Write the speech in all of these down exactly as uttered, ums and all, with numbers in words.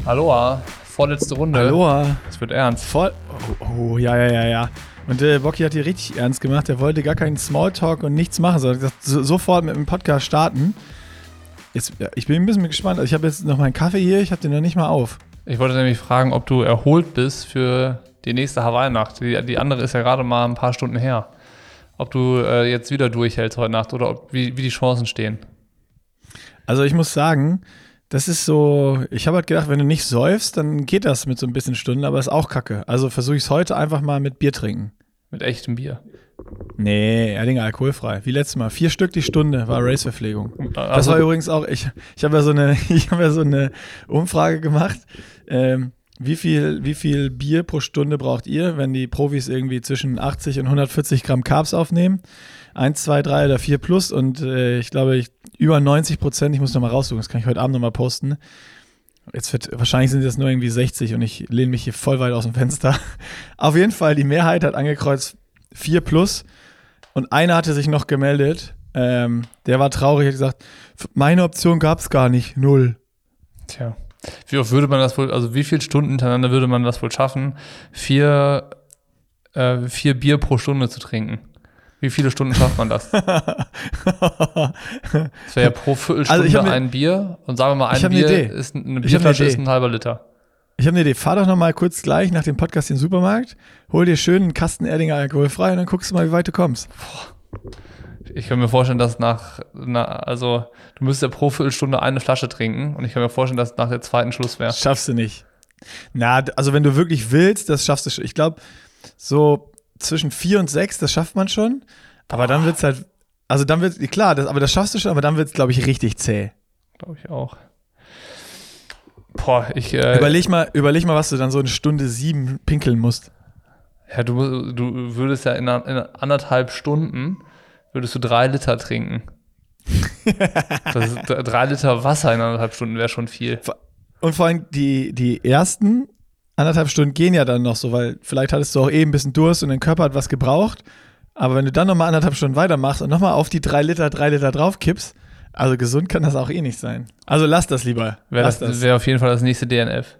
Aloha, vorletzte Runde. Aloha. Es wird ernst. Voll. Oh, oh, ja, ja, ja, ja. Und äh, Bocky hat hier richtig ernst gemacht. Er wollte gar keinen Smalltalk und nichts machen, sondern gesagt, so, sofort mit dem Podcast starten. Jetzt, ja, ich bin ein bisschen gespannt. Also ich habe jetzt noch meinen Kaffee hier, ich habe den noch nicht mal auf. Ich wollte nämlich fragen, ob du erholt bist für die nächste Hawaii-Nacht. Die, die andere ist ja gerade mal ein paar Stunden her. Ob du äh, jetzt wieder durchhältst heute Nacht oder ob, wie, wie die Chancen stehen. Also ich muss sagen, das ist so, ich habe halt gedacht, wenn du nicht säufst, dann geht das mit so ein bisschen Stunden, aber ist auch kacke. Also versuche ich es heute einfach mal mit Bier trinken. Mit echtem Bier? Nee, Erdinger alkoholfrei. Wie letztes Mal. Vier Stück die Stunde war Race-Verpflegung. Das also, war übrigens auch, ich, ich habe ja so eine, ich habe ja so eine Umfrage gemacht. Ähm, wie viel, wie viel Bier pro Stunde braucht ihr, wenn die Profis irgendwie zwischen achtzig und hundertvierzig Gramm Carbs aufnehmen? Eins, zwei, drei oder vier plus und äh, ich glaube, ich, über neunzig Prozent, ich muss nochmal raussuchen, das kann ich heute Abend nochmal posten. Jetzt wird, wahrscheinlich sind es nur irgendwie sechzig und ich lehne mich hier voll weit aus dem Fenster. Auf jeden Fall, die Mehrheit hat angekreuzt vier plus und einer hatte sich noch gemeldet, ähm, der war traurig, hat gesagt, meine Option gab es gar nicht, null. Tja, wie oft würde man das wohl, also wie viele Stunden hintereinander würde man das wohl schaffen, vier, äh, vier Bier pro Stunde zu trinken? Wie viele Stunden schafft man das? Das wäre ja pro Viertelstunde also ne, ein Bier. Und sagen wir mal, ein Bier ne ist eine Bierflasche ne ist ein halber Liter. Ich habe eine Idee. Fahr doch noch mal kurz gleich nach dem Podcast in den Supermarkt, hol dir schön einen Kasten Erdinger alkoholfrei und dann guckst du mal, wie weit du kommst. Boah. Ich kann mir vorstellen, dass nach, na, also du müsstest ja pro Viertelstunde eine Flasche trinken und ich kann mir vorstellen, dass nach der zweiten Schluss wäre. Schaffst du nicht. Na, also wenn du wirklich willst, das schaffst du schon. Ich glaube, so zwischen vier und sechs, das schafft man schon. Aber Boah. Dann wird's halt, also dann wird's, klar, das, aber das schaffst du schon, aber dann wird's, glaube ich, richtig zäh. Glaube ich auch. Boah, ich, äh, überleg mal, überleg mal, was du dann so eine Stunde sieben pinkeln musst. Ja, du, du würdest ja in, in anderthalb Stunden würdest du drei Liter trinken. Das ist, drei Liter Wasser in anderthalb Stunden wäre schon viel. Und vor allem die, die ersten anderthalb Stunden gehen ja dann noch so, weil vielleicht hattest du auch eben ein bisschen Durst und dein Körper hat was gebraucht. Aber wenn du dann nochmal anderthalb Stunden weitermachst und nochmal auf die drei Liter, drei Liter drauf kippst, also gesund kann das auch eh nicht sein. Also lass das lieber. Wäre das, das. Wär auf jeden Fall das nächste D N F.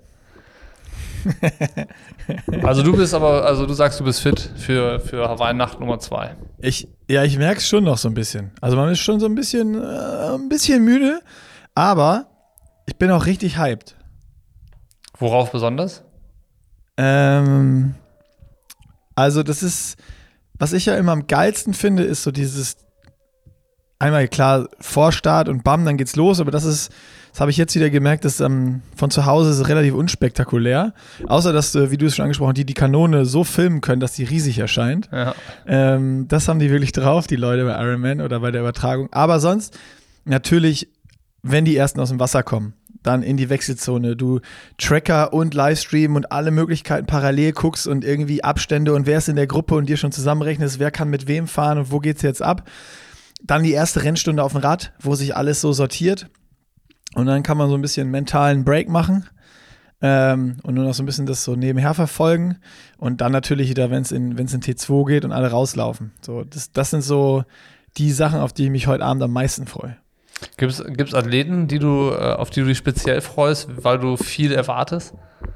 Also du bist aber, also du sagst, du bist fit für, für Hawaii-Nacht Nummer zwei. Ich, ja, ich merke es schon noch so ein bisschen. Also man ist schon so ein bisschen, äh, ein bisschen müde, aber ich bin auch richtig hyped. Worauf besonders? Ähm, also das ist, was ich ja immer am geilsten finde, ist so dieses, einmal klar, Vorstart und bam, dann geht's los, aber das ist, das habe ich jetzt wieder gemerkt, dass ähm, von zu Hause ist es relativ unspektakulär, außer dass, äh, wie du es schon angesprochen hast, die die Kanone so filmen können, dass die riesig erscheint. Ja. Ähm, das haben die wirklich drauf, die Leute bei Ironman oder bei der Übertragung. Aber sonst, natürlich, wenn die Ersten aus dem Wasser kommen, dann in die Wechselzone, du Tracker und Livestream und alle Möglichkeiten parallel guckst und irgendwie Abstände und wer ist in der Gruppe und dir schon zusammenrechnest, wer kann mit wem fahren und wo geht's jetzt ab. Dann die erste Rennstunde auf dem Rad, wo sich alles so sortiert und dann kann man so ein bisschen mentalen Break machen ähm, und nur noch so ein bisschen das so nebenher verfolgen und dann natürlich wieder, wenn es in, wenn's in T zwei geht und alle rauslaufen. So, das, das sind so die Sachen, auf die ich mich heute Abend am meisten freue. Gibt es Athleten, die du, auf die du dich speziell freust, weil du viel erwartest?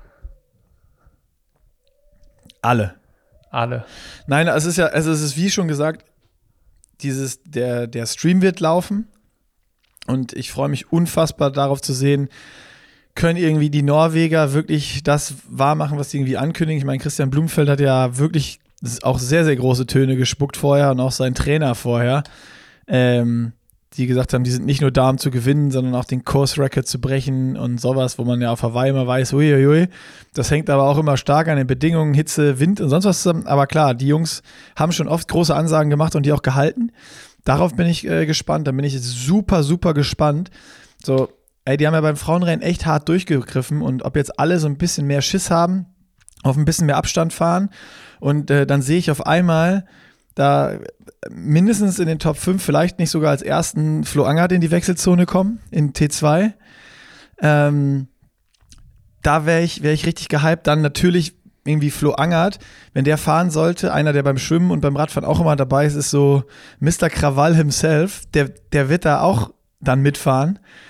Alle. Alle. Nein, es ist ja, also es ist wie schon gesagt, dieses, der, der Stream wird laufen und ich freue mich unfassbar darauf zu sehen, können irgendwie die Norweger wirklich das wahrmachen, was sie irgendwie ankündigen. Ich meine, Christian Blumfeld hat ja wirklich auch sehr, sehr große Töne gespuckt vorher und auch sein Trainer vorher. Ähm, die gesagt haben, die sind nicht nur da, um zu gewinnen, sondern auch den Course-Record zu brechen und sowas, wo man ja auf Hawaii immer weiß, uiuiui. Das hängt aber auch immer stark an den Bedingungen, Hitze, Wind und sonst was zusammen. Aber klar, die Jungs haben schon oft große Ansagen gemacht und die auch gehalten. Darauf bin ich äh, gespannt. Da bin ich jetzt super, super gespannt. So, ey, die haben ja beim Frauenrennen echt hart durchgegriffen und ob jetzt alle so ein bisschen mehr Schiss haben, auf ein bisschen mehr Abstand fahren und äh, dann sehe ich auf einmal da mindestens in den Top fünf, vielleicht nicht sogar als ersten Flo Angert in die Wechselzone kommen, in T zwei. Ähm, da wäre ich, wär ich richtig gehypt. Dann natürlich irgendwie Flo Angert, wenn der fahren sollte, einer, der beim Schwimmen und beim Radfahren auch immer dabei ist, ist so Mister Krawall himself. Der, der wird da auch dann mitfahren.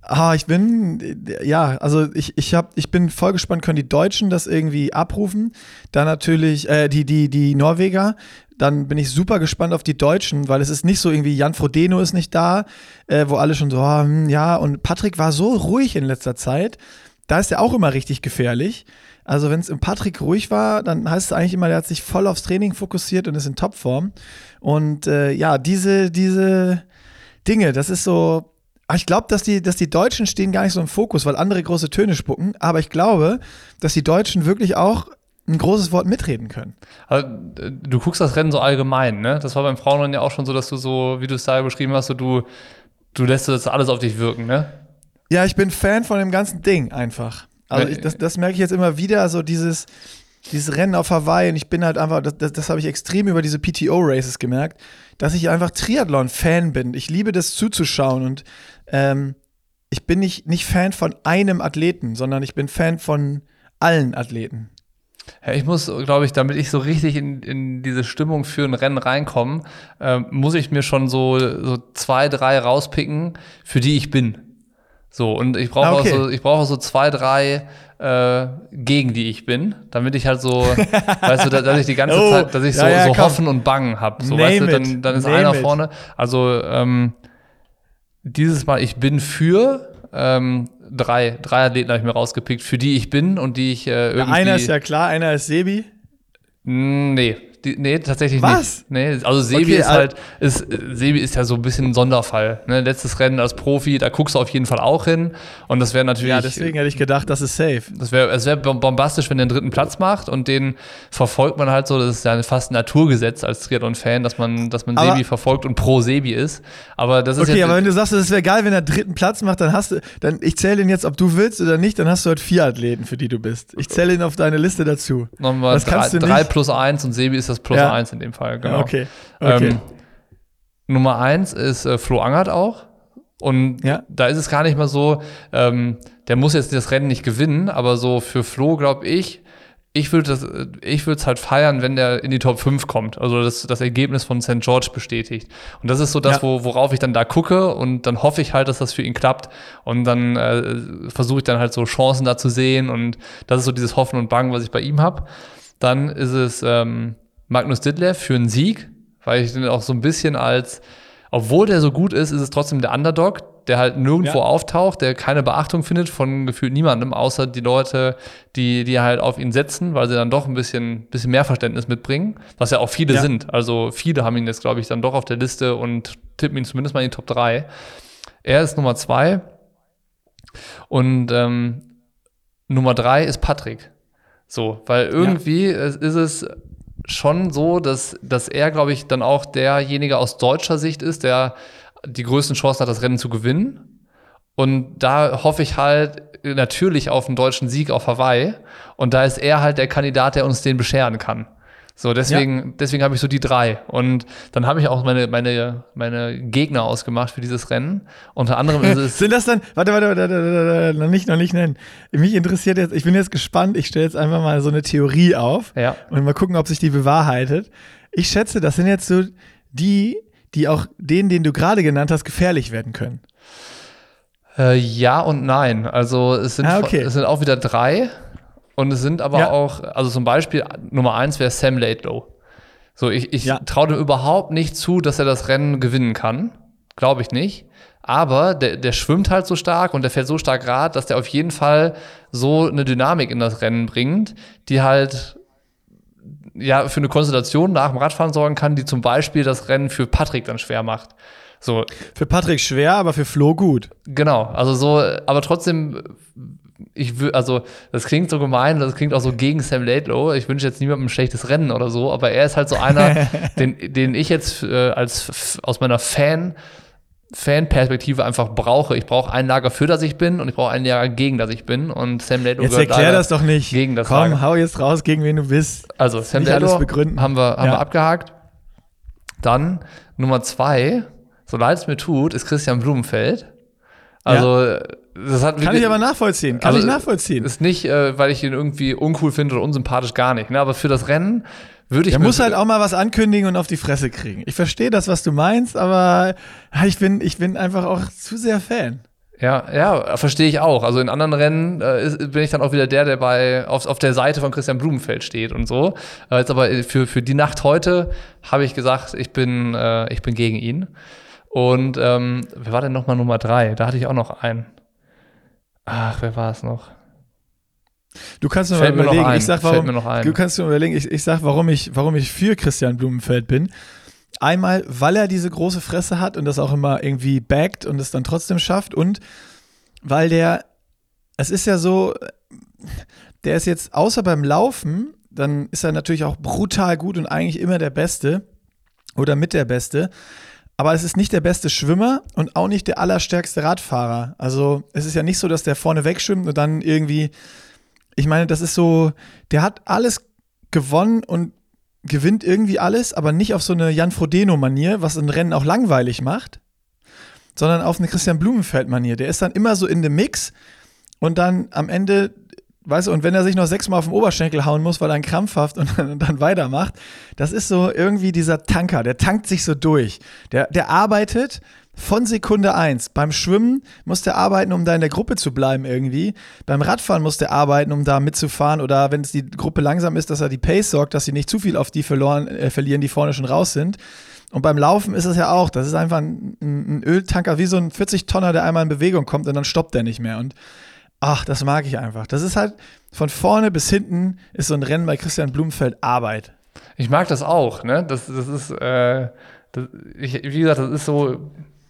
Ah, ich bin, ja, also ich, ich, hab, ich bin voll gespannt, können die Deutschen das irgendwie abrufen? Dann natürlich äh, die, die, die Norweger. Dann bin ich super gespannt auf die Deutschen, weil es ist nicht so irgendwie, Jan Frodeno ist nicht da, äh, wo alle schon so, oh, hm, ja, und Patrick war so ruhig in letzter Zeit. Da ist er auch immer richtig gefährlich. Also wenn es im Patrick ruhig war, dann heißt es eigentlich immer, der hat sich voll aufs Training fokussiert und ist in Topform. Und äh, ja, diese, diese Dinge, das ist so. Ich glaube, dass die, dass die Deutschen stehen gar nicht so im Fokus, weil andere große Töne spucken. Aber ich glaube, dass die Deutschen wirklich auch ein großes Wort mitreden können. Also, du guckst das Rennen so allgemein, ne? Das war beim Frauenrennen ja auch schon so, dass du so, wie du es da beschrieben hast, so du, du lässt das alles auf dich wirken, ne? Ja, ich bin Fan von dem ganzen Ding einfach. Also ich, das, das merke ich jetzt immer wieder, so dieses, dieses Rennen auf Hawaii. Und ich bin halt einfach, das, das, das habe ich extrem über diese P T O-Races gemerkt, dass ich einfach Triathlon-Fan bin. Ich liebe das zuzuschauen und ähm, ich bin nicht, nicht Fan von einem Athleten, sondern ich bin Fan von allen Athleten. Ja, ich muss, glaube ich, damit ich so richtig in, in diese Stimmung für ein Rennen reinkomme, äh, muss ich mir schon so, so zwei, drei rauspicken, für die ich bin. So, und ich brauche okay. auch so, ich brauche so zwei, drei äh, gegen die ich bin, damit ich halt so, weißt du, dass ich die ganze oh, Zeit, dass ich so, ja, ja, so Hoffen und Bangen habe. So, Name weißt du, it. dann, dann ist Name einer it. vorne. Also ähm, dieses Mal, ich bin für ähm, drei, drei Athleten habe ich mir rausgepickt, für die ich bin und die ich äh, irgendwie. Ja, einer ist ja klar, einer ist Sebi. Nee, die, nee, tatsächlich Was? nicht. Nee, also Sebi Okay, ist halt, ist, Sebi ist ja so ein bisschen ein Sonderfall. Ne? Letztes Rennen als Profi, da guckst du auf jeden Fall auch hin. Und das wäre natürlich. Ja, deswegen hätte ich gedacht, das ist safe. Das wäre, es wäre bombastisch, wenn der einen dritten Platz macht und den verfolgt man halt so. Das ist ja fast ein Naturgesetz als Triathlon-Fan, dass man, dass man Aber- Sebi verfolgt und pro Sebi ist. Aber das ist Okay, jetzt, aber wenn du sagst, es wäre geil, wenn er dritten Platz macht, dann hast du, dann ich zähle ihn jetzt, ob du willst oder nicht, dann hast du halt vier Athleten, für die du bist. Ich zähle ihn auf deine Liste dazu. nochmal das drei, kannst du drei nicht. plus eins und Sebi ist das plus Ja. eins in dem Fall. Genau. Ja, okay. Okay. Ähm, Nummer eins ist äh, Flo Angert auch. Und Ja. da ist es gar nicht mal so, ähm, der muss jetzt das Rennen nicht gewinnen, aber so für Flo, glaube ich, ich würde das, ich würde es halt feiern, wenn der in die Top fünf kommt. Also das, das Ergebnis von Sankt George bestätigt. Und das ist so das, Ja. wo, worauf ich dann da gucke und dann hoffe ich halt, dass das für ihn klappt. Und dann äh, versuche ich dann halt so Chancen da zu sehen und das ist so dieses Hoffen und Bangen, was ich bei ihm habe. Dann ist es ähm, Magnus Ditlev für einen Sieg, weil ich den auch so ein bisschen als, obwohl der so gut ist, ist es trotzdem der Underdog, der halt nirgendwo Ja. auftaucht, der keine Beachtung findet von gefühlt niemandem, außer die Leute, die, die halt auf ihn setzen, weil sie dann doch ein bisschen, bisschen mehr Verständnis mitbringen, was ja auch viele Ja. sind. Also viele haben ihn jetzt, glaube ich, dann doch auf der Liste und tippen ihn zumindest mal in die Top drei. Er ist Nummer zwei und ähm, Nummer drei ist Patrick. So, weil irgendwie ja. ist es schon so, dass, dass er, glaube ich, dann auch derjenige aus deutscher Sicht ist, der die größten Chancen hat, das Rennen zu gewinnen. Und da hoffe ich halt natürlich auf einen deutschen Sieg auf Hawaii. Und da ist er halt der Kandidat, der uns den bescheren kann. So, deswegen, ja. deswegen habe ich so die drei. Und dann habe ich auch meine, meine, meine Gegner ausgemacht für dieses Rennen. Unter anderem ist es. Sind das dann, warte, warte, warte, warte, warte, noch nicht, noch nicht nennen. Mich interessiert jetzt, ich bin jetzt gespannt, ich stelle jetzt einfach mal so eine Theorie auf Ja. und mal gucken, ob sich die bewahrheitet. Ich schätze, das sind jetzt so die, die auch denen, den du gerade genannt hast, gefährlich werden können. Äh, ja und nein. Also es sind, Ah, okay. es sind auch wieder drei. Und es sind aber Ja. auch, also zum Beispiel Nummer eins wäre Sam Laidlow. So, ich, ich Ja. traue dem überhaupt nicht zu, dass er das Rennen gewinnen kann. Glaube ich nicht. Aber der, der schwimmt halt so stark und der fährt so stark Rad, dass der auf jeden Fall so eine Dynamik in das Rennen bringt, die halt ja für eine Konstellation nach dem Radfahren sorgen kann, die zum Beispiel das Rennen für Patrick dann schwer macht. So, Für Patrick schwer, aber für Flo gut. genau, also so, aber trotzdem, ich will, also das klingt so gemein, das klingt auch so gegen Sam Laidlow. Ich wünsche jetzt niemandem ein schlechtes Rennen oder so, aber er ist halt so einer, den, den ich jetzt äh, als f- aus meiner Fan Fan-Perspektive einfach brauche. Ich brauche ein Lager für das ich bin und ich brauche ein Lager gegen das ich bin und Sam Laidlow Jetzt gehört erklär leider das doch nicht. gegen das Komm, Lager. hau jetzt raus, gegen wen du bist. Also Sam nicht alles Laidlow begründen. haben wir, haben Ja. wir abgehakt. Dann Nummer zwei, so leid es mir tut, ist Christian Blumenfeld. Also das hat Kann wirklich- ich aber nachvollziehen. Kann Also, ich nachvollziehen. Ist nicht, äh, weil ich ihn irgendwie uncool finde oder unsympathisch, gar nicht. Ne? Aber für das Rennen würde ich Der mir- muss halt auch mal was ankündigen und auf die Fresse kriegen. Ich verstehe das, was du meinst, aber ich bin, ich bin einfach auch zu sehr Fan. Ja, ja, verstehe ich auch. Also in anderen Rennen äh, ist, bin ich dann auch wieder der, der bei auf, auf der Seite von Christian Blumenfeld steht und so. Äh, jetzt aber für, für die Nacht heute habe ich gesagt, ich bin, äh, ich bin gegen ihn. Und ähm, wer war denn nochmal Nummer drei? Da hatte ich auch noch einen. Ach, wer war es noch? Du kannst mir Fällt mal mir überlegen, noch ein. ich sag, Fällt warum, mir noch ein. du kannst mir überlegen, ich, ich sag, warum ich, warum ich für Christian Blumenfeld bin. Einmal, weil er diese große Fresse hat und das auch immer irgendwie backt und es dann trotzdem schafft und weil der, es ist ja so, der ist jetzt außer beim Laufen, dann ist er natürlich auch brutal gut und eigentlich immer der Beste oder mit der Beste. Aber es ist nicht der beste Schwimmer und auch nicht der allerstärkste Radfahrer. Also es ist ja nicht so, dass der vorne wegschwimmt und dann irgendwie, ich meine, das ist so, der hat alles gewonnen und gewinnt irgendwie alles, aber nicht auf so eine Jan Frodeno-Manier, was ein Rennen auch langweilig macht, sondern auf eine Christian Blumenfeld-Manier. Der ist dann immer so in dem Mix und dann am Ende, weißt du, und wenn er sich noch sechsmal auf den Oberschenkel hauen muss, weil er einen Krampf hat und dann, dann weitermacht, das ist so irgendwie dieser Tanker, der tankt sich so durch. Der, der arbeitet von Sekunde eins. Beim Schwimmen muss der arbeiten, um da in der Gruppe zu bleiben irgendwie. Beim Radfahren muss der arbeiten, um da mitzufahren oder wenn es die Gruppe langsam ist, dass er die Pace sorgt, dass sie nicht zu viel auf die verloren, äh, verlieren, die vorne schon raus sind. Und beim Laufen ist es ja auch, das ist einfach ein, ein Öltanker, wie so ein vierzig-Tonner, der einmal in Bewegung kommt und dann stoppt der nicht mehr. Und ach, das mag ich einfach. Das ist halt von vorne bis hinten ist so ein Rennen bei Christian Blumenfeld Arbeit. Ich mag das auch, ne? Das, das ist, äh, das, ich, wie gesagt, das ist so.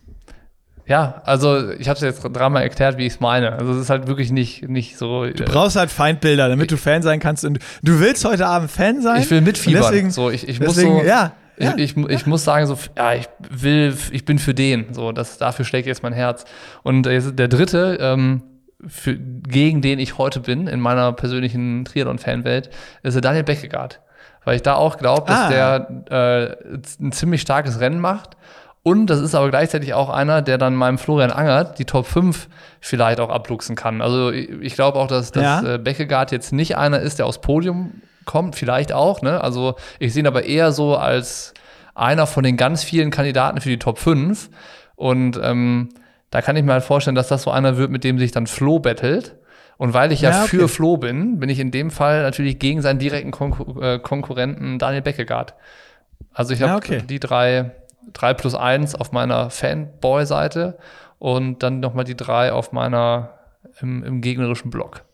Ja, also ich habe es jetzt dreimal erklärt, wie ich es meine. Also es ist halt wirklich nicht, nicht so. Du brauchst halt Feindbilder, damit du Fan sein kannst. Und du willst heute Abend Fan sein. Ich will mitfiebern. Deswegen, so, ich, ich deswegen, muss so, ja, ja. Ich, ich, ich muss sagen, so, ja, ich will, ich bin für den. So, das, dafür schlägt jetzt mein Herz. Und jetzt der dritte, ähm, für, gegen den ich heute bin, in meiner persönlichen Triathlon-Fanwelt, ist der Daniel Beckegaard. Weil ich da auch glaube, dass ah. der äh, ein ziemlich starkes Rennen macht. Und das ist aber gleichzeitig auch einer, der dann meinem Florian Angert die Top fünf vielleicht auch abluchsen kann. Also ich glaube auch, dass, dass ja. Beckegaard jetzt nicht einer ist, der aufs Podium kommt, vielleicht auch. Ne? Also ich sehe ihn aber eher so als einer von den ganz vielen Kandidaten für die Top fünf. Und ähm, da kann ich mir halt vorstellen, dass das so einer wird, mit dem sich dann Flo battelt. Und weil ich ja, ja okay. für Flo bin, bin ich in dem Fall natürlich gegen seinen direkten Konkur- äh, Konkurrenten Daniel Beckegaard. Also ich habe ja, okay. die drei... drei plus eins auf meiner Fanboy-Seite und dann nochmal die drei auf meiner im, im gegnerischen Block.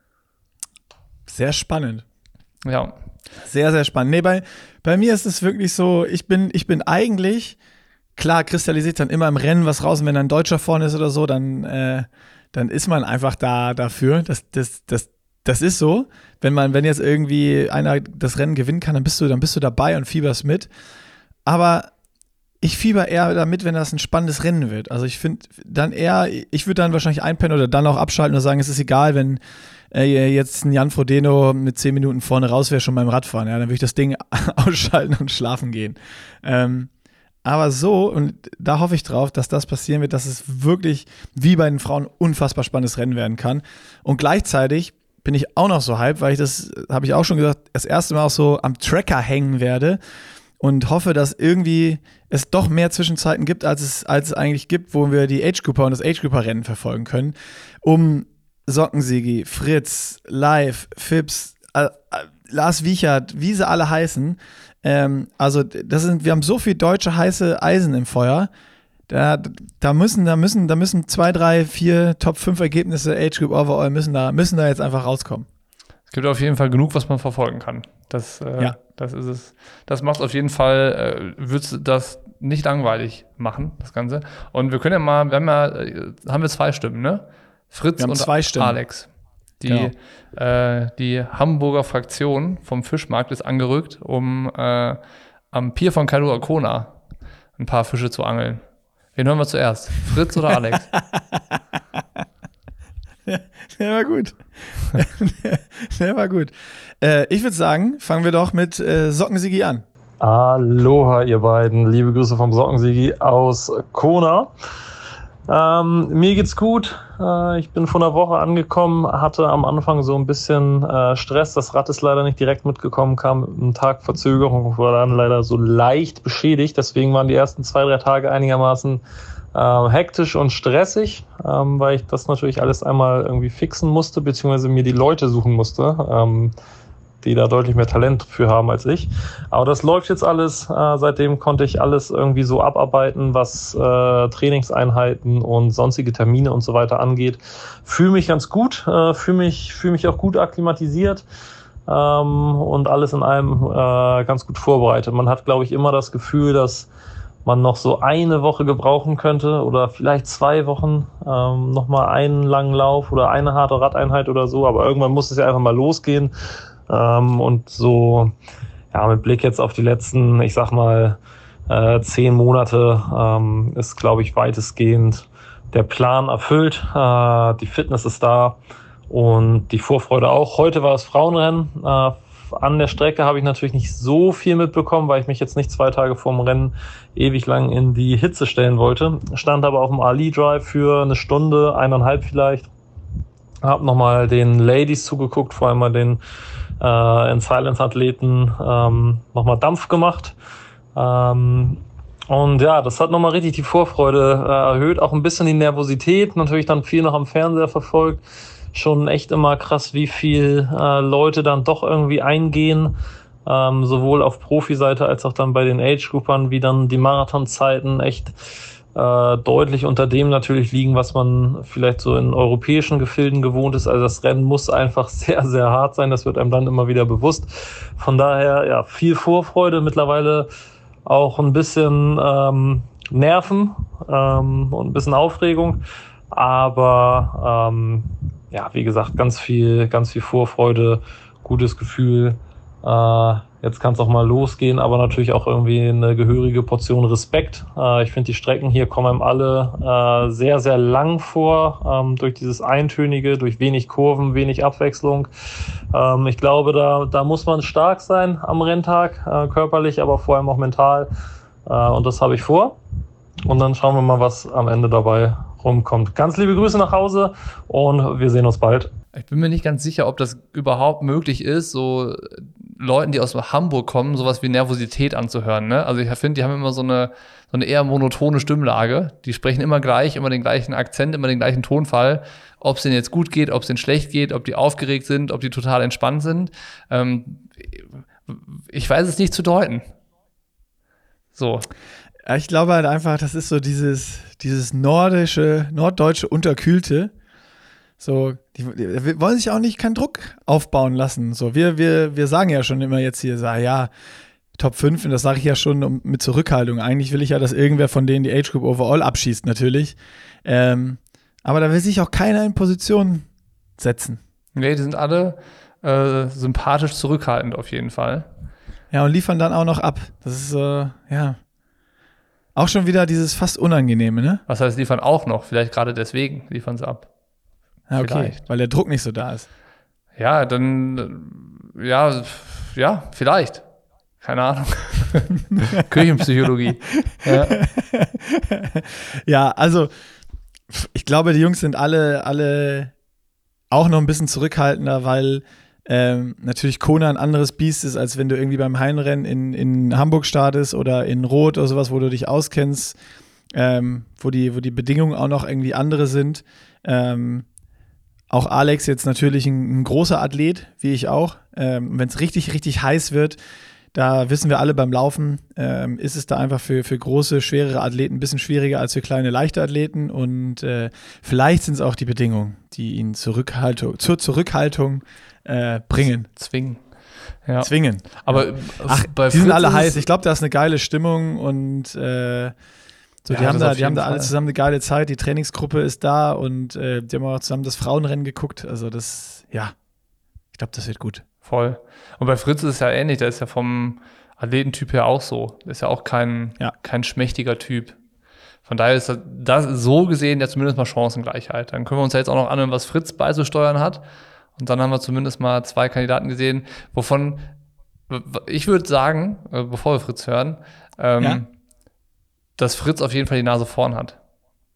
Sehr spannend. Ja. Sehr, sehr spannend. Nee, bei, bei mir ist es wirklich so, ich bin, ich bin eigentlich, klar, kristallisiert dann immer im Rennen was raus und wenn ein Deutscher vorne ist oder so, dann, äh, dann ist man einfach da dafür. Das, das, das, das ist so. Wenn man, wenn jetzt irgendwie einer das Rennen gewinnen kann, dann bist du, dann bist du dabei und fieberst mit. Aber ich fieber eher damit, wenn das ein spannendes Rennen wird. Also ich finde dann eher, ich würde dann wahrscheinlich einpennen oder dann auch abschalten und sagen, es ist egal, wenn äh, jetzt ein Jan Frodeno mit zehn Minuten vorne raus wäre, schon beim Radfahren. Ja, dann würde ich das Ding ausschalten und schlafen gehen. Ähm, aber so, und da hoffe ich drauf, dass das passieren wird, dass es wirklich wie bei den Frauen unfassbar spannendes Rennen werden kann. Und gleichzeitig bin ich auch noch so hyped, weil ich das, habe ich auch schon gesagt, das erste Mal auch so am Tracker hängen werde. Und hoffe, dass irgendwie es doch mehr Zwischenzeiten gibt, als es, als es eigentlich gibt, wo wir die Age-Grouper und das Age-Grouper-Rennen verfolgen können, um Sockensigi, Fritz, Live, Fips, äh, äh, Lars Wiechert, wie sie alle heißen. Ähm, also das sind, wir haben so viel deutsche heiße Eisen im Feuer. Da, da müssen, da müssen, da müssen zwei, drei, vier Top fünf Ergebnisse Age-Group Overall müssen da, müssen da jetzt einfach rauskommen. Es gibt auf jeden Fall genug, was man verfolgen kann. Das, äh, ja. das ist es. Das macht auf jeden Fall, äh, wird das nicht langweilig machen, das Ganze. Und wir können ja mal, wir haben ja, äh, haben wir zwei Stimmen, ne? Fritz und Alex. Die, genau. äh, die Hamburger Fraktion vom Fischmarkt ist angerückt, um äh, am Pier von Kailua Kona ein paar Fische zu angeln. Wen hören wir zuerst? Fritz oder Alex? Der war gut. Der war gut. Äh, ich würde sagen, fangen wir doch mit äh, Sockensigi an. Aloha, ihr beiden. Liebe Grüße vom Sockensigi aus Kona. Ähm, mir geht's gut. Äh, ich bin vor einer Woche angekommen, hatte am Anfang so ein bisschen äh, Stress. Das Rad ist leider nicht direkt mitgekommen, kam einen Tag Verzögerung und war dann leider so leicht beschädigt. Deswegen waren die ersten zwei, drei Tage einigermaßen äh, hektisch und stressig, ähm, weil ich das natürlich alles einmal irgendwie fixen musste, beziehungsweise mir die Leute suchen musste, ähm, die da deutlich mehr Talent für haben als ich. Aber das läuft jetzt alles. Äh, seitdem konnte ich alles irgendwie so abarbeiten, was äh, Trainingseinheiten und sonstige Termine und so weiter angeht. Fühle mich ganz gut, äh, fühle mich, fühl mich auch gut akklimatisiert ähm, und alles in allem äh, ganz gut vorbereitet. Man hat, glaube ich, immer das Gefühl, dass man noch so eine Woche gebrauchen könnte oder vielleicht zwei Wochen, ähm, nochmal einen langen Lauf oder eine harte Radeinheit oder so. Aber irgendwann muss es ja einfach mal losgehen. Ähm, und so, ja, mit Blick jetzt auf die letzten, ich sag mal, äh, zehn Monate ähm, ist, glaube ich, weitestgehend der Plan erfüllt. Äh, die Fitness ist da und die Vorfreude auch. Heute war es Frauenrennen. Äh, an der Strecke habe ich natürlich nicht so viel mitbekommen, weil ich mich jetzt nicht zwei Tage vorm Rennen ewig lang in die Hitze stellen wollte. Stand aber auf dem Ali Drive für eine Stunde, eineinhalb vielleicht. Hab nochmal den Ladies zugeguckt, vor allem mal den äh, in Silence-Athleten ähm, nochmal Dampf gemacht. Ähm, und ja, das hat nochmal richtig die Vorfreude äh, erhöht, auch ein bisschen die Nervosität, natürlich dann viel noch am Fernseher verfolgt. Schon echt immer krass, wie viel äh, Leute dann doch irgendwie eingehen, ähm, sowohl auf Profiseite als auch dann bei den Age-Groupern, wie dann die Marathonzeiten echt äh, deutlich unter dem natürlich liegen, was man vielleicht so in europäischen Gefilden gewohnt ist. Also das Rennen muss einfach sehr, sehr hart sein. Das wird einem dann immer wieder bewusst. Von daher, ja, viel Vorfreude, mittlerweile auch ein bisschen ähm, Nerven ähm, und ein bisschen Aufregung. Aber ähm, ja, wie gesagt, ganz viel, ganz viel Vorfreude, gutes Gefühl. Äh, jetzt kann es auch mal losgehen, aber natürlich auch irgendwie eine gehörige Portion Respekt. Äh, ich finde, die Strecken hier kommen einem alle äh, sehr, sehr lang vor, ähm, durch dieses Eintönige, durch wenig Kurven, wenig Abwechslung. Ähm, ich glaube, da, da muss man stark sein am Renntag, äh, körperlich, aber vor allem auch mental. Äh, und das habe ich vor. Und dann schauen wir mal, was am Ende dabei rumkommt. Ganz liebe Grüße nach Hause und wir sehen uns bald. Ich bin mir nicht ganz sicher, ob das überhaupt möglich ist, so Leuten, die aus Hamburg kommen, sowas wie Nervosität anzuhören. Ne? Also ich finde, die haben immer so eine, so eine eher monotone Stimmlage. Die sprechen immer gleich, immer den gleichen Akzent, immer den gleichen Tonfall. Ob es denen jetzt gut geht, ob es denen schlecht geht, ob die aufgeregt sind, ob die total entspannt sind. Ähm, ich weiß es nicht zu deuten. So. Ich glaube halt einfach, das ist so dieses, dieses nordische, norddeutsche Unterkühlte. So, die, die wollen sich auch nicht keinen Druck aufbauen lassen. So, wir, wir, wir sagen ja schon immer jetzt hier, so, ja, Top fünf, und das sage ich ja schon um, mit Zurückhaltung. Eigentlich will ich ja, dass irgendwer von denen die Age Group Overall abschießt, natürlich. Ähm, aber da will sich auch keiner in Position setzen. Nee, die sind alle äh, sympathisch zurückhaltend auf jeden Fall. Ja, und liefern dann auch noch ab. Das ist, äh, ja, auch schon wieder dieses fast Unangenehme, ne? Was heißt, liefern auch noch? Vielleicht gerade deswegen liefern sie ab. Ja, okay, vielleicht. Weil der Druck nicht so da ist. Ja, dann, ja, ja, vielleicht. Keine Ahnung. Küchenpsychologie. Ja. Ja, also ich glaube, die Jungs sind alle, alle auch noch ein bisschen zurückhaltender, weil ähm, natürlich Kona ein anderes Biest ist, als wenn du irgendwie beim Heimrennen in, in Hamburg startest oder in Rot oder sowas, wo du dich auskennst, ähm, wo die, wo die Bedingungen auch noch irgendwie andere sind. Ähm, auch Alex jetzt natürlich ein, ein großer Athlet, wie ich auch. Ähm, wenn es richtig, richtig heiß wird, da wissen wir alle beim Laufen, ähm, ist es da einfach für, für große, schwerere Athleten ein bisschen schwieriger als für kleine, leichte Athleten. Und äh, vielleicht sind es auch die Bedingungen, die ihn Zurückhaltung, zur Zurückhaltung äh, bringen. Zwingen. Ja. Zwingen. Aber ja. äh, Ach, bei die sind Fritz alle ist- heiß. Ich glaube, da ist eine geile Stimmung und äh, so, Ja, die haben das da, auf die haben jeden da alle Fall. zusammen eine geile Zeit. Die Trainingsgruppe ist da und äh, die haben auch zusammen das Frauenrennen geguckt. Also das, ja, ich glaube, das wird gut. Voll. Und bei Fritz ist es ja ähnlich, der ist ja vom Athletentyp her auch so. Der ist ja auch kein, Ja. kein schmächtiger Typ. Von daher ist das, das so gesehen ja zumindest mal Chancengleichheit. Dann können wir uns ja jetzt auch noch anhören, was Fritz beizusteuern hat. Und dann haben wir zumindest mal zwei Kandidaten gesehen, wovon ich würde sagen, äh, bevor wir Fritz hören, ähm, Ja. dass Fritz auf jeden Fall die Nase vorn hat.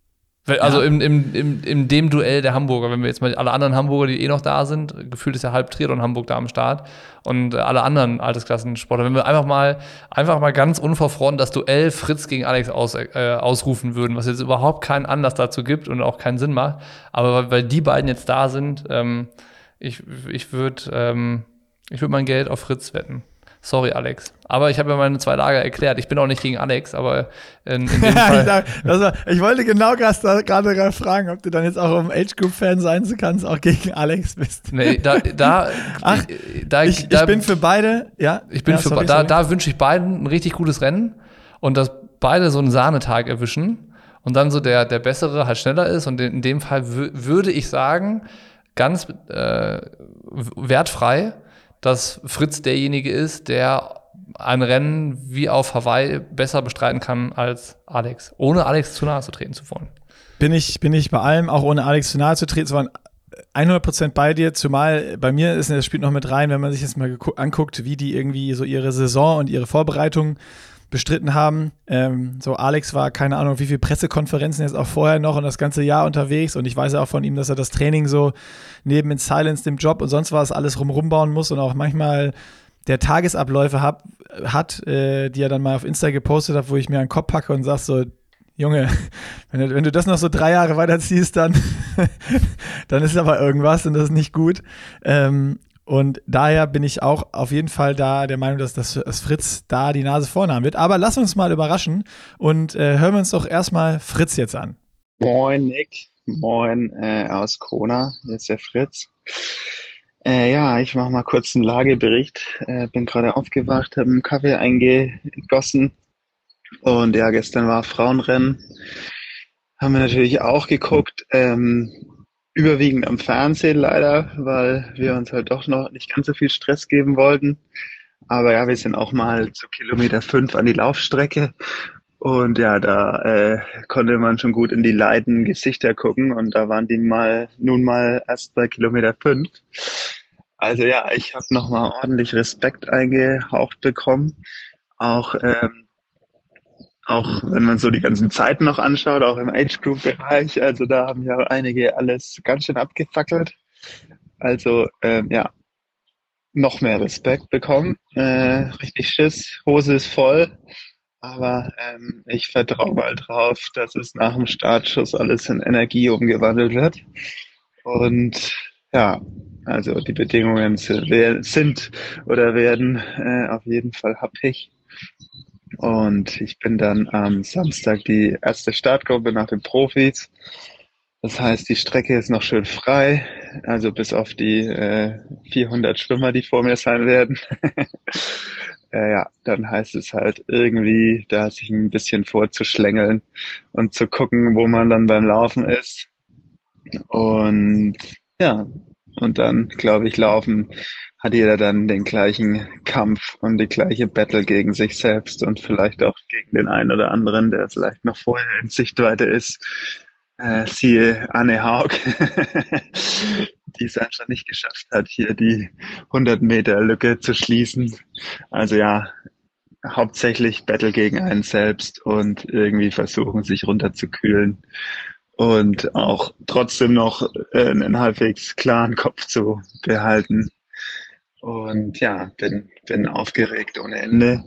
Also Ja. im, im, im, in dem Duell der Hamburger, wenn wir jetzt mal alle anderen Hamburger, die eh noch da sind, gefühlt ist ja halb Trier und Hamburg da am Start und äh, alle anderen Altersklassensportler, wenn wir einfach mal einfach mal ganz unverfroren das Duell Fritz gegen Alex aus, äh, ausrufen würden, was jetzt überhaupt keinen Anlass dazu gibt und auch keinen Sinn macht, aber weil, weil die beiden jetzt da sind, ähm, ich, ich würde ähm, ich würd mein Geld auf Fritz wetten. Sorry, Alex. Aber ich habe ja meine zwei Lager erklärt. Ich bin auch nicht gegen Alex, aber in, in dem Fall. ich, dachte, das war, ich wollte genau gerade fragen, ob du dann jetzt auch um Age-Group-Fan sein kannst, auch gegen Alex bist. Nee, da, da, Ach, da, ich, da, ich bin für beide, ja. Ich bin ja, für sorry, da, sorry. da wünsche ich beiden ein richtig gutes Rennen und dass beide so einen Sahnetag erwischen und dann so der, der Bessere halt schneller ist. Und in dem Fall w- würde ich sagen, ganz äh, wertfrei, dass Fritz derjenige ist, der ein Rennen wie auf Hawaii besser bestreiten kann als Alex, ohne Alex zu nahe zu treten zu wollen. Bin ich, bin ich bei allem, auch ohne Alex zu nahe zu treten, sondern hundert Prozent bei dir, zumal bei mir ist, das spielt noch mit rein, wenn man sich jetzt mal geku- anguckt, wie die irgendwie so ihre Saison und ihre Vorbereitung bestritten haben. Ähm, so Alex war, keine Ahnung, wie viele Pressekonferenzen jetzt auch vorher noch und das ganze Jahr unterwegs und ich weiß ja auch von ihm, dass er das Training so neben in Silence, dem Job und sonst was alles rumrum bauen muss und auch manchmal der Tagesabläufe hab, hat, äh, die er dann mal auf Insta gepostet hat, wo ich mir einen Kopf packe und sag so, Junge, wenn du, wenn du das noch so drei Jahre weiterziehst, dann, dann ist aber irgendwas und das ist nicht gut. Ähm, und daher bin ich auch auf jeden Fall da der Meinung, dass, dass, dass Fritz da die Nase vorne haben wird. Aber lass uns mal überraschen und äh, hören wir uns doch erstmal Fritz jetzt an. Moin Nick, moin äh, aus Kona, hier ist der Fritz. Äh, ja, ich mache mal kurz einen Lagebericht. Äh, bin gerade aufgewacht, habe einen Kaffee eingegossen und ja, gestern war Frauenrennen. Haben wir natürlich auch geguckt, ähm, überwiegend am Fernsehen leider, weil wir uns halt doch noch nicht ganz so viel Stress geben wollten. Aber ja, wir sind auch mal zu Kilometer fünf an die Laufstrecke. Und ja, da äh, konnte man schon gut in die leiden Gesichter gucken und da waren die mal nun mal erst bei Kilometer fünf. Also ja, ich habe nochmal ordentlich Respekt eingehaucht bekommen. Auch ähm, auch wenn man so die ganzen Zeiten noch anschaut, auch im Age-Group-Bereich. Also da haben ja einige alles ganz schön abgefackelt. Also ähm, ja, noch mehr Respekt bekommen. Äh, richtig Schiss, Hose ist voll. Aber ähm, ich vertraue mal drauf, dass es nach dem Startschuss alles in Energie umgewandelt wird. Und ja, also die Bedingungen sind oder werden äh, auf jeden Fall happig. Und ich bin dann am Samstag die erste Startgruppe nach den Profis. Das heißt, die Strecke ist noch schön frei, also bis auf die äh, vierhundert Schwimmer, die vor mir sein werden. äh, ja, dann heißt es halt irgendwie, da sich ein bisschen vorzuschlängeln und zu gucken, wo man dann beim Laufen ist. Und ja, und dann, glaube ich, laufen hat jeder dann den gleichen Kampf und die gleiche Battle gegen sich selbst und vielleicht auch gegen den einen oder anderen, der vielleicht noch vorher in Sichtweite ist. Äh, siehe Anne Haug, die es einfach nicht geschafft hat, hier die hundert Meter Lücke zu schließen. Also ja, hauptsächlich Battle gegen einen selbst und irgendwie versuchen, sich runterzukühlen und auch trotzdem noch äh, einen halbwegs klaren Kopf zu behalten. Und ja, bin, bin aufgeregt ohne Ende.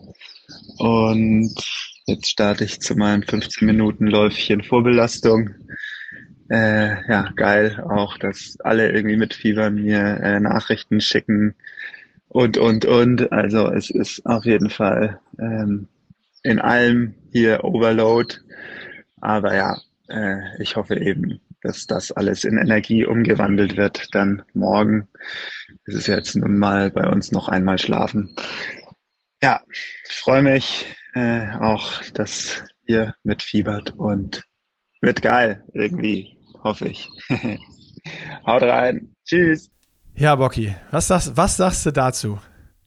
Und jetzt starte ich zu meinem fünfzehn Minuten Läufchen Vorbelastung. Äh, ja, geil auch, dass alle irgendwie mitfiebern, mir äh, Nachrichten schicken und, und, und. Also es ist auf jeden Fall ähm, in allem hier Overload. Aber ja, äh, ich hoffe eben, dass das alles in Energie umgewandelt wird. Dann morgen ist es jetzt nun mal bei uns noch einmal schlafen. Ja, ich freue mich äh, auch, dass ihr mitfiebert und wird geil irgendwie, hoffe ich. Haut rein. Tschüss. Ja, Bocky, was sagst, was sagst du dazu?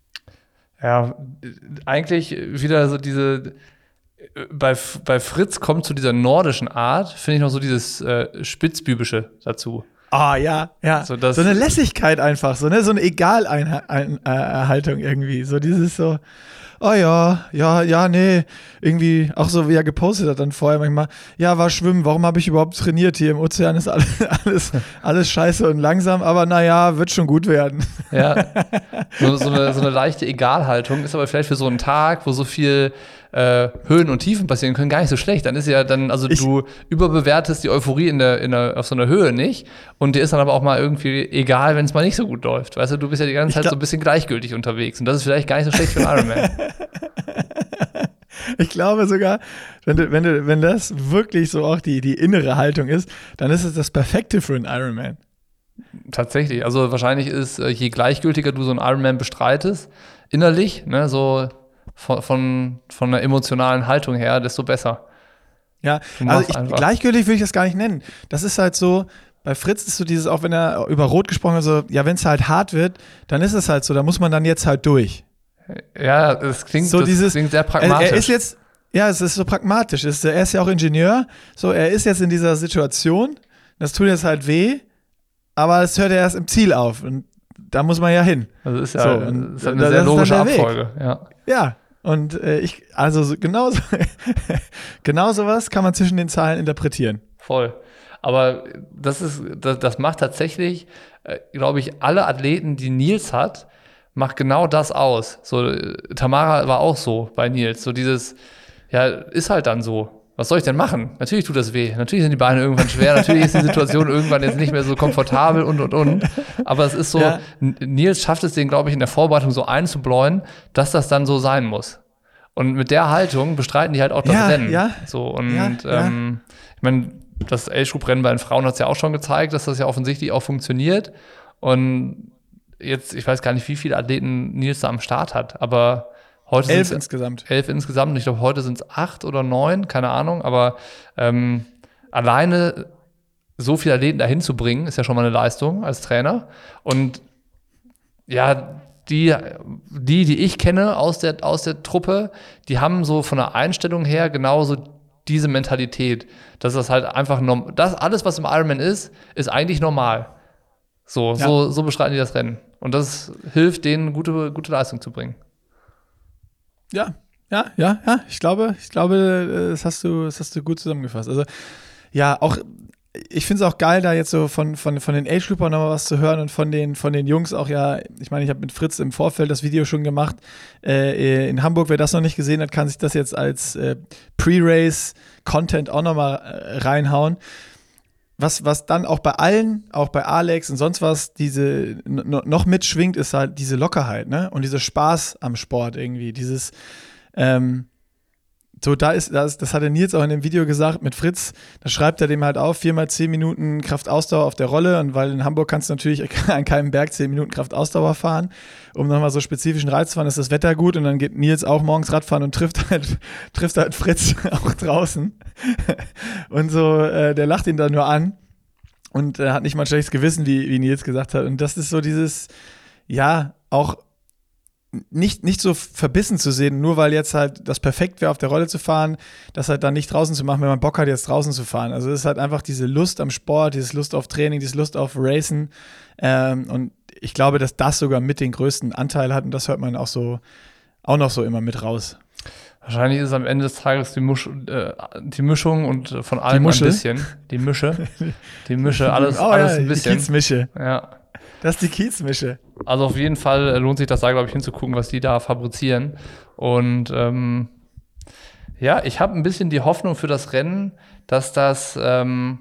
Ja, eigentlich wieder so diese, bei, bei Fritz kommt zu dieser nordischen Art, finde ich noch so dieses äh, Spitzbübische dazu. Ah, ja, ja. So, So, das- eine Lässigkeit einfach, so, ne? So eine Egalhaltung irgendwie. So dieses so, oh ja, ja, ja, nee, irgendwie, auch so wie er gepostet hat dann vorher manchmal, ja, war schwimmen, warum habe ich überhaupt trainiert hier im Ozean, ist alles, alles, alles scheiße und langsam, aber naja, wird schon gut werden. Ja, so, so, eine, so eine leichte Egalhaltung ist aber vielleicht für so einen Tag, wo so viel äh, Höhen und Tiefen passieren können, gar nicht so schlecht. Dann ist ja dann, also Ich- du überbewertest die Euphorie in der, in der, auf so einer Höhe nicht und dir ist dann aber auch mal irgendwie egal, wenn es mal nicht so gut läuft. Weißt du, du bist ja die ganze Ich Zeit glaub- so ein bisschen gleichgültig unterwegs und das ist vielleicht gar nicht so schlecht für einen Ironman. Ich glaube sogar, wenn, du, wenn, du, wenn das wirklich so auch die, die innere Haltung ist, dann ist es das Perfekte für einen Ironman. Tatsächlich. Also wahrscheinlich ist, äh, je gleichgültiger du so einen Ironman bestreitest, innerlich, ne, so von, von, von einer emotionalen Haltung her, desto besser. Ja, Du also machst ich, einfach. gleichgültig würde ich das gar nicht nennen. Das ist halt so, bei Fritz ist so dieses, auch wenn er über Rot gesprochen hat, so, ja, wenn es halt hart wird, dann ist es halt so, da muss man dann jetzt halt durch. Ja, das klingt, So das dieses- klingt sehr Er, pragmatisch. er ist jetzt, ja, es ist so pragmatisch. Es ist, er ist ja auch Ingenieur. So, er ist jetzt in dieser Situation. Das tut jetzt halt weh, aber es hört ja erst im Ziel auf. Und da muss man ja hin. also ist ja so, das und ist halt eine das sehr ist dann logische der Weg. Abfolge. Ja. Ja. Und äh, ich, also so, genau, so, genau sowas kann man zwischen den Zeilen interpretieren. Voll. Aber das ist, das, das macht tatsächlich, äh, glaube ich, alle Athleten, die Nils hat, macht genau das aus. So, äh, Tamara war auch so bei Nils. So dieses, ja, ist halt dann so. Was soll ich denn machen? Natürlich tut das weh. Natürlich sind die Beine irgendwann schwer. Natürlich ist die Situation irgendwann jetzt nicht mehr so komfortabel und, und, und. Aber es ist so, Ja. N- Nils schafft es den, glaube ich, in der Vorbereitung so einzubläuen, dass das dann so sein muss. Und mit der Haltung bestreiten die halt auch das Ja, Rennen. ja. So, und Ja, ja. ähm, ich meine, das Age-Group-Rennen bei den Frauen hat es ja auch schon gezeigt, dass das ja offensichtlich auch funktioniert. Und jetzt, ich weiß gar nicht, wie viele Athleten Nils da am Start hat, aber heute Elf sind insgesamt. elf insgesamt. Ich glaube, heute sind es acht oder neun, keine Ahnung. Aber ähm, alleine so viele Athleten dahin zu bringen, ist ja schon mal eine Leistung als Trainer. Und ja, die, die, die ich kenne aus der, aus der Truppe, die haben so von der Einstellung her genauso diese Mentalität, dass das halt einfach, norm- das alles, was im Ironman ist, ist eigentlich normal. So, Ja. so, so bestreiten die das Rennen. Und das hilft denen, gute, gute Leistung zu bringen. Ja, ja, ja, ja. Ich glaube, ich glaube, das hast du, das hast du gut zusammengefasst. Also, ja, auch, ich finde es auch geil, da jetzt so von, von, von den Age-Groupern nochmal was zu hören und von den, von den Jungs auch, ja, ich meine, ich habe mit Fritz im Vorfeld das Video schon gemacht. Äh, in Hamburg, wer das noch nicht gesehen hat, kann sich das jetzt als äh, Pre-Race-Content auch nochmal äh, reinhauen. Was, was dann auch bei allen, auch bei Alex und sonst was, diese n- noch mitschwingt, ist halt diese Lockerheit, ne? Und dieser Spaß am Sport irgendwie. Dieses, ähm, so, da ist, das, das hat der Nils auch in dem Video gesagt mit Fritz, da schreibt er dem halt auf, viermal zehn Minuten Kraftausdauer auf der Rolle, und weil in Hamburg kannst du natürlich an keinem Berg zehn Minuten Kraftausdauer fahren, um nochmal so spezifischen Reiz zu fahren, ist das Wetter gut, und dann geht Nils auch morgens Radfahren und trifft halt, trifft halt Fritz auch draußen. Und so, äh, der lacht ihn dann nur an und äh, hat nicht mal ein schlechtes Gewissen, wie, wie Nils gesagt hat. Und das ist so dieses, ja, auch nicht, nicht so verbissen zu sehen, nur weil jetzt halt das perfekt wäre, auf der Rolle zu fahren, das halt dann nicht draußen zu machen, wenn man Bock hat, jetzt draußen zu fahren. Also es ist halt einfach diese Lust am Sport, diese Lust auf Training, diese Lust auf Racen. Ähm, und ich glaube, dass das sogar mit den größten Anteil hat, und das hört man auch so, auch noch so immer mit raus. Wahrscheinlich ist es am Ende des Tages die, Musch, äh, die Mischung und von allem ein Muschel? bisschen. Die Mische. Die Mische, alles, oh, alles ja, ein die bisschen. Kiezmische. Ja. Das ist die Kiezmische. Also auf jeden Fall lohnt sich das da, glaube ich, hinzugucken, was die da fabrizieren. Und ähm, ja, ich habe ein bisschen die Hoffnung für das Rennen, dass das ähm,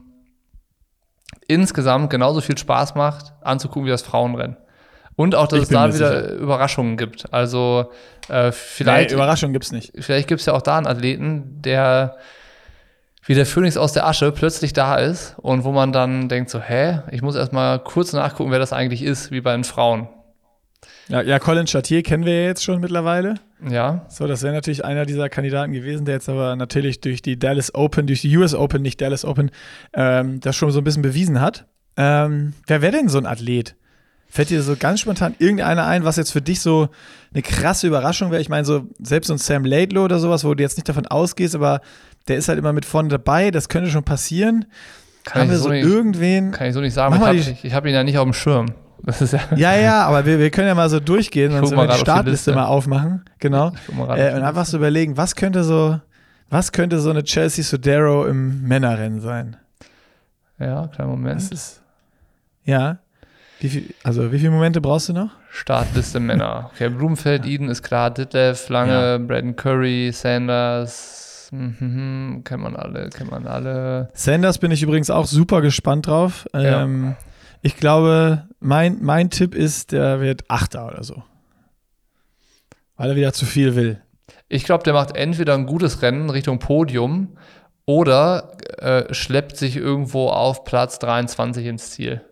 insgesamt genauso viel Spaß macht, anzugucken wie das Frauenrennen. Und auch, dass Ich es bin da mir wieder sicher. Überraschungen gibt. Also äh, vielleicht, Nee, Überraschung gibt's nicht. vielleicht gibt es ja auch da einen Athleten, der wie der Phönix aus der Asche plötzlich da ist und wo man dann denkt so, hä, ich muss erstmal kurz nachgucken, wer das eigentlich ist, wie bei den Frauen. Ja, ja, Colin Chartier kennen wir ja jetzt schon mittlerweile. Ja, So, das wäre natürlich einer dieser Kandidaten gewesen, der jetzt aber natürlich durch die Dallas Open, durch die U S Open, nicht Dallas Open, ähm, das schon so ein bisschen bewiesen hat. Ähm, wer wäre denn so ein Athlet? Fällt dir so ganz spontan irgendeiner ein, was jetzt für dich so eine krasse Überraschung wäre? Ich meine, so selbst so ein Sam Laidlow oder sowas, wo du jetzt nicht davon ausgehst, aber der ist halt immer mit vorne dabei, das könnte schon passieren. kann Haben ich, wir so so nicht, irgendwen? kann ich so nicht sagen. Mach Ich mal habe die- ich hab ihn ja nicht auf dem Schirm. Das ist ja. Ja, ja, aber wir, wir können ja mal so durchgehen und guck so mal die grad auf die Startliste Liste. mal aufmachen. Genau. Ich guck mal grad auf Äh, die und einfach Liste. so überlegen, was könnte so, was könnte so eine Chelsea Sodero im Männerrennen sein? Ja, kleinen Moment. Das ist, ja. Wie viel, also wie viele Momente brauchst du noch? Startliste Männer. Okay, Blumenfeld, Eden ist klar, Ditlev, Lange, Ja. Braden Curry, Sanders, mhm, kennt man alle, kennt man alle. Sanders bin ich übrigens auch super gespannt drauf. Ähm, Ich glaube, mein, mein Tipp ist, der wird Achter oder so. Weil er wieder zu viel will. Ich glaube, der macht entweder ein gutes Rennen Richtung Podium oder äh, schleppt sich irgendwo auf Platz dreiundzwanzig ins Ziel.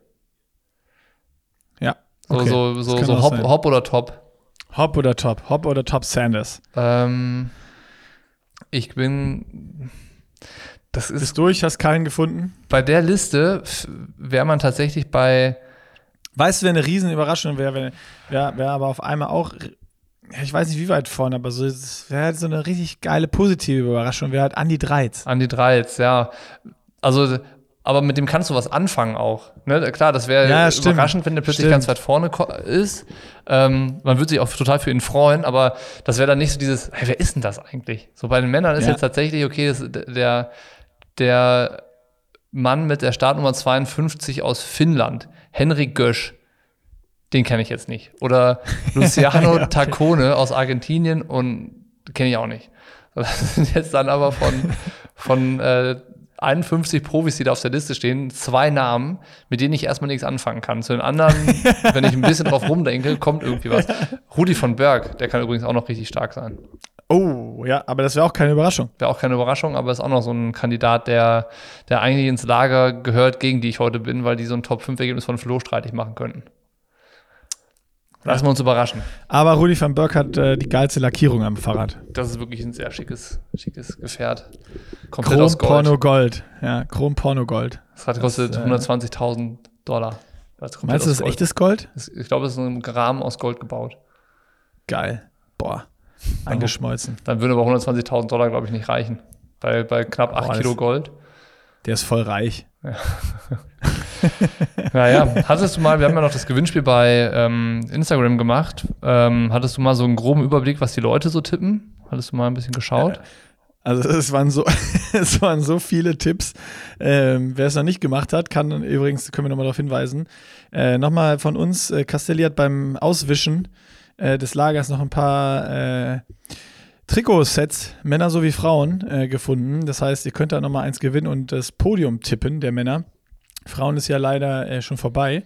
Ja. So, Okay. so, Das so, kann so auch Hop, sein. Hop oder Top. Hop oder Top. Hop oder Top Sanders. Ähm, ich bin. Das ist Bist durch, hast keinen gefunden. bei der Liste wäre man tatsächlich bei. Weißt du, wer eine riesen Überraschung wäre, wäre wär, wär aber auf einmal auch, ja, ich weiß nicht wie weit vorne, aber so, es wäre halt so eine richtig geile positive Überraschung, wäre halt Andi Dreiz. Andi Dreiz, ja. Also, aber mit dem kannst du was anfangen auch. Ne? Klar, das wäre Ja, stimmt. überraschend, wenn der plötzlich Stimmt. ganz weit vorne ko- ist. Ähm, man würde sich auch total für ihn freuen, aber das wäre dann nicht so dieses, hey, wer ist denn das eigentlich? So bei den Männern ist Ja. jetzt tatsächlich, okay, das, der, der Mann mit der Startnummer zweiundfünfzig aus Finnland, Henrik Gösch, den kenne ich jetzt nicht. Oder Luciano Ja, okay. Taccone aus Argentinien und kenne ich auch nicht. Das sind jetzt dann aber von, von äh, einundfünfzig Profis, die da auf der Liste stehen, zwei Namen, mit denen ich erstmal nichts anfangen kann. Zu den anderen, wenn ich ein bisschen drauf rumdenke, kommt irgendwie was. Rudi von Berg, der kann übrigens auch noch richtig stark sein. Oh, ja, aber das wäre auch keine Überraschung. Wäre auch keine Überraschung, aber ist auch noch so ein Kandidat, der, der eigentlich ins Lager gehört, gegen die ich heute bin, weil die so ein Top fünf Ergebnis von Flo streitig machen könnten. Lassen wir uns überraschen. Aber Rudi van Berg hat äh, die geilste Lackierung am Fahrrad. Das ist wirklich ein sehr schickes, schickes Gefährt. Komplett Chrom aus Gold. Porno Gold. Ja, Chrom Porno Gold. Das hat kostet Das, äh, hundertzwanzigtausend Dollar. Das ist komplett Meinst du, aus das ist Gold. echtes Gold? Das- Ich glaube, es ist ein Rahmen aus Gold gebaut. Geil. Boah. Eingeschmolzen. Dann würden aber hundertzwanzigtausend Dollar, glaube ich, nicht reichen. Bei, bei knapp acht Boah, das- Kilo Gold. Der ist voll reich. Naja, hattest du mal, wir haben ja noch das Gewinnspiel bei ähm, Instagram gemacht. Ähm, hattest du mal so einen groben Überblick, was die Leute so tippen? Hattest du mal ein bisschen geschaut? Also es waren so, es waren so viele Tipps. Ähm, wer es noch nicht gemacht hat, kann übrigens, können wir nochmal darauf hinweisen, äh, nochmal von uns, äh, Castelli hat beim Auswischen äh, des Lagers noch ein paar äh, Trikotsets, Männer sowie Frauen, äh, gefunden. Das heißt, ihr könnt da nochmal eins gewinnen und das Podium tippen der Männer. Frauen ist ja leider äh, schon vorbei.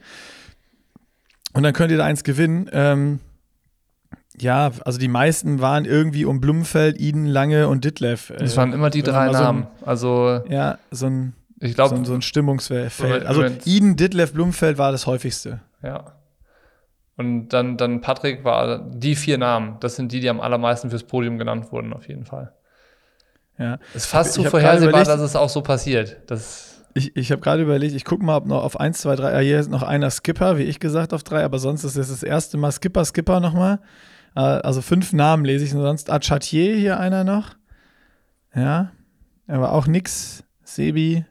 Und dann könnt ihr da eins gewinnen. Ähm, ja, also die meisten waren irgendwie um Blumenfeld, Eden, Lange und Ditlev. Äh, Das waren immer die wenn man drei mal so ein- Namen. Also, Ja, so ein, ich so glaube, ein, so ein Stimmungsfeld. Moment, Also Moment. Eden, Ditlev, Blumenfeld war das häufigste. ja. Und dann, dann Patrick war die vier Namen. Das sind die, die am allermeisten fürs Podium genannt wurden, auf jeden Fall. Ja. Ist fast Ich zu hab gerade vorhersehbar, überlegt- dass es auch so passiert. Das, Ich, ich habe gerade überlegt, ich gucke mal, ob noch auf eins, zwei, drei, ah, hier ist noch einer Skipper, wie ich gesagt, auf drei, aber sonst ist es das erste Mal Skipper, Skipper nochmal. Äh, Also fünf Namen lese ich, und sonst Achatier hier einer noch. Ja, aber auch nix. Sebi,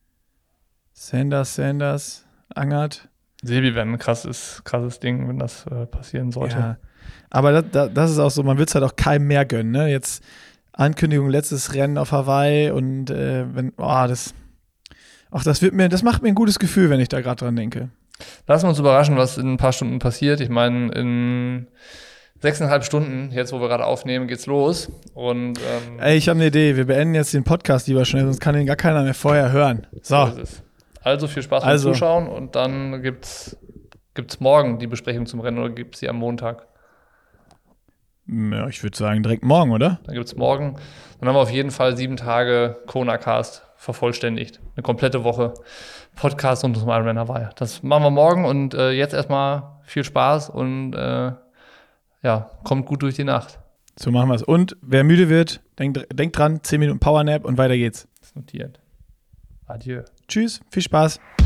Sanders, Sanders, Angert. Sebi wäre ein krasses, krasses Ding, wenn das äh, passieren sollte. Ja. Aber das, das, das ist auch so, man wird es halt auch keinem mehr gönnen, ne? Jetzt Ankündigung, letztes Rennen auf Hawaii und äh, wenn, oh, das, ach, das wird mir, das macht mir ein gutes Gefühl, wenn ich da gerade dran denke. Lassen wir uns überraschen, was in ein paar Stunden passiert. Ich meine, in sechseinhalb Stunden, jetzt wo wir gerade aufnehmen, geht's los. Und ähm, Ey, ich habe eine Idee, wir beenden jetzt den Podcast lieber schnell, sonst kann den gar keiner mehr vorher hören. so So, ist es. Also viel Spaß beim Also. Zuschauen und dann gibt's, gibt's morgen die Besprechung zum Rennen oder gibt's sie am Montag? ja, ich würde sagen direkt morgen, oder? Dann gibt's morgen. Dann haben wir auf jeden Fall sieben Tage Kona-Cast vervollständigt. Eine komplette Woche Podcast rund um Ironman Hawaii. Das machen wir morgen und äh, jetzt erstmal viel Spaß und äh, ja, kommt gut durch die Nacht. So machen wir es. Und wer müde wird, denkt, denkt dran, zehn Minuten Powernap und weiter geht's. Das ist notiert. Adieu. Tschüss, viel Spaß.